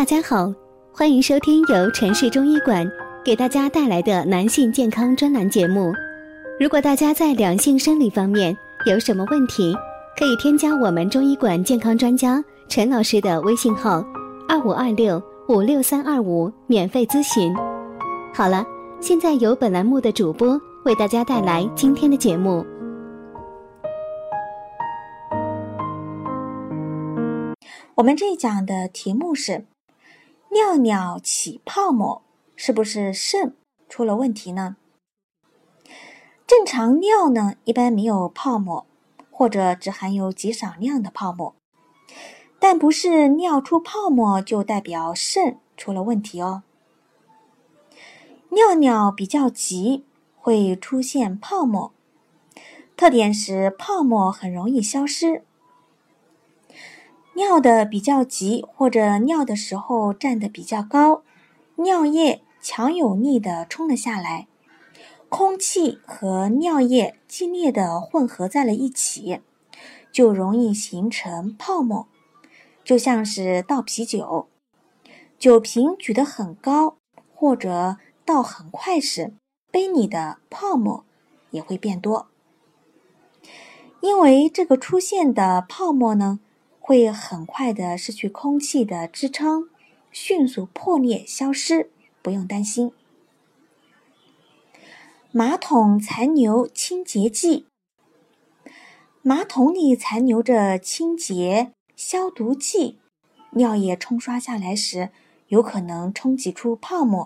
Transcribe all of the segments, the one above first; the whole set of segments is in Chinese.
大家好，欢迎收听由城市中医馆给大家带来的男性健康专栏节目。如果大家在两性生理方面有什么问题，可以添加我们中医馆健康专家陈老师的微信号2526-56325免费咨询。好了，现在由本栏目的主播为大家带来今天的节目。 我们这一讲的题目是尿尿起泡沫，是不是肾出了问题呢？正常尿呢，一般没有泡沫，或者只含有极少量的泡沫，但不是尿出泡沫就代表肾出了问题哦。尿尿比较急，会出现泡沫，特点是泡沫很容易消失。尿的比较急，或者尿的时候站得比较高，尿液强有力地冲了下来，空气和尿液激烈地混合在了一起，就容易形成泡沫。就像是倒啤酒，酒瓶举得很高，或者倒很快时，杯里的泡沫也会变多。因为这个出现的泡沫呢，会很快地失去空气的支撑，迅速破裂消失，不用担心。马桶残留清洁剂，马桶里残留着清洁消毒剂，尿液冲刷下来时，有可能冲击出泡沫。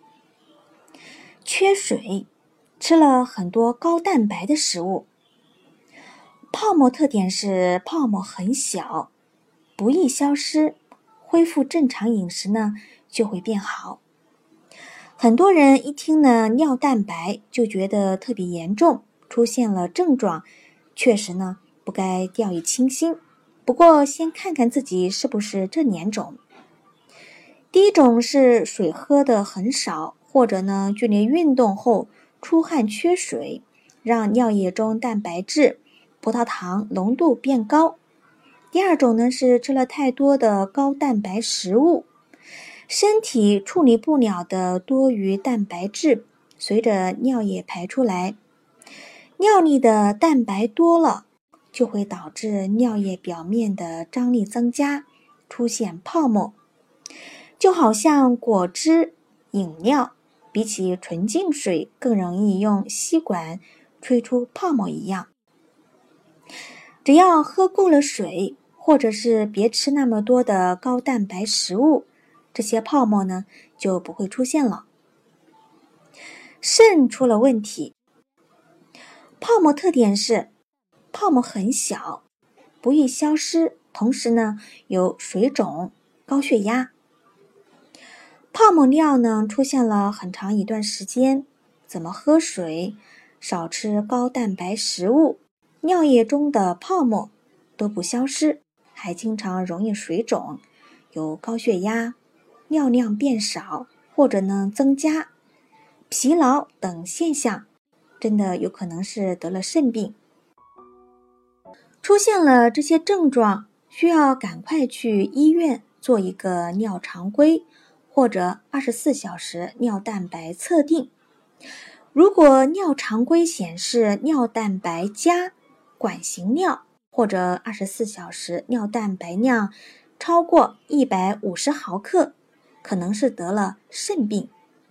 缺水，吃了很多高蛋白的食物，泡沫特点是泡沫很小，不易消失，恢复正常饮食呢就会变好。很多人一听呢尿蛋白就觉得特别严重，出现了症状，确实呢不该掉以轻心。不过先看看自己是不是这两种。第一种是水喝得很少，或者呢剧烈运动后出汗缺水，让尿液中蛋白质、葡萄糖浓度变高。第二种呢是吃了太多的高蛋白食物，身体处理不了的多余蛋白质随着尿液排出来，尿里的蛋白多了，就会导致尿液表面的张力增加，出现泡沫。就好像果汁、饮料比起纯净水更容易用吸管吹出泡沫一样。只要喝够了水，或者是别吃那么多的高蛋白食物，这些泡沫呢就不会出现了。肾出了问题，泡沫特点是泡沫很小，不易消失，同时呢有水肿、高血压。泡沫尿呢出现了很长一段时间，怎么喝水、少吃高蛋白食物，尿液中的泡沫都不消失，还经常容易水肿，有高血压、尿量变少或者呢增加、疲劳等现象，真的有可能是得了肾病。出现了这些症状，需要赶快去医院做一个尿常规或者24小时尿蛋白测定。如果尿常规显示尿蛋白加管型尿，或者24小时尿蛋白量超过150毫克，可能是得了肾病。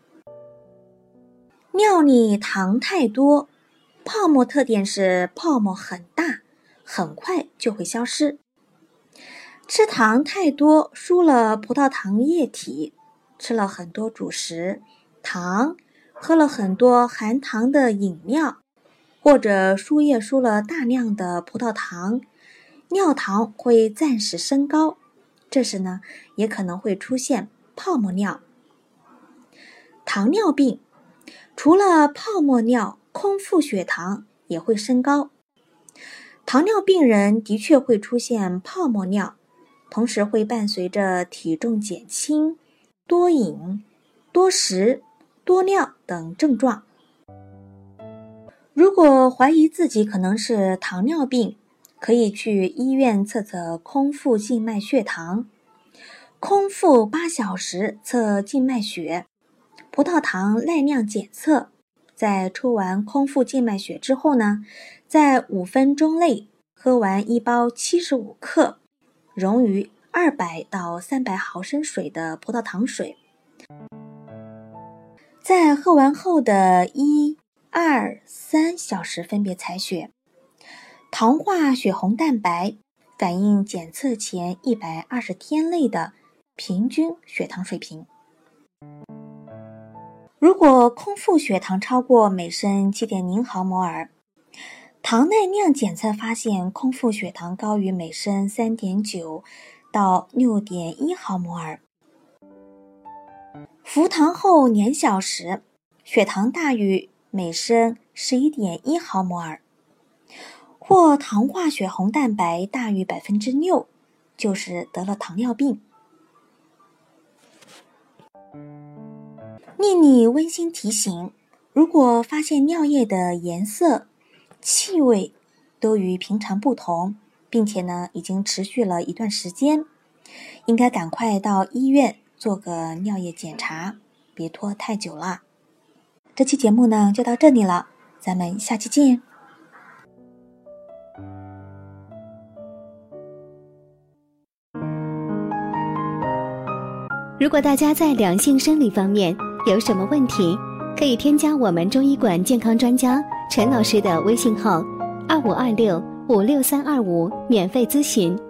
尿里糖太多，泡沫特点是泡沫很大，很快就会消失。吃糖太多，输了葡萄糖液体，吃了很多主食、糖，喝了很多含糖的饮料，或者输液输了大量的葡萄糖，尿糖会暂时升高，这时呢也可能会出现泡沫尿。糖尿病除了泡沫尿，空腹血糖也会升高。糖尿病人的确会出现泡沫尿，同时会伴随着体重减轻、多饮、多食、多尿等症状。如果怀疑自己可能是糖尿病，可以去医院测测空腹静脉血糖。 空腹8小时测静脉血，葡萄糖耐量检测。在抽完空腹静脉血之后呢，在5分钟内喝完一包75克溶于200到300毫升水的葡萄糖水。在喝完后的1、2、3小时分别采血，糖化血红蛋白反映检测前120天内的平均血糖水平。如果空腹血糖超过每升 7.0 毫摩尔，糖耐量检测发现空腹血糖高于每升 3.9 到 6.1 毫摩尔。服糖后2小时，血糖大于每升 11.1 毫摩尔，或糖化血红蛋白大于 6%， 就是得了糖尿病。丽丽温馨提醒，如果发现尿液的颜色、气味都与平常不同，并且呢已经持续了一段时间，应该赶快到医院做个尿液检查，别拖太久了。这期节目呢就到这里了，咱们下期见。 如果大家在两性生理方面有什么问题，可以添加我们中医馆健康专家陈老师的微信号2526-56325免费咨询。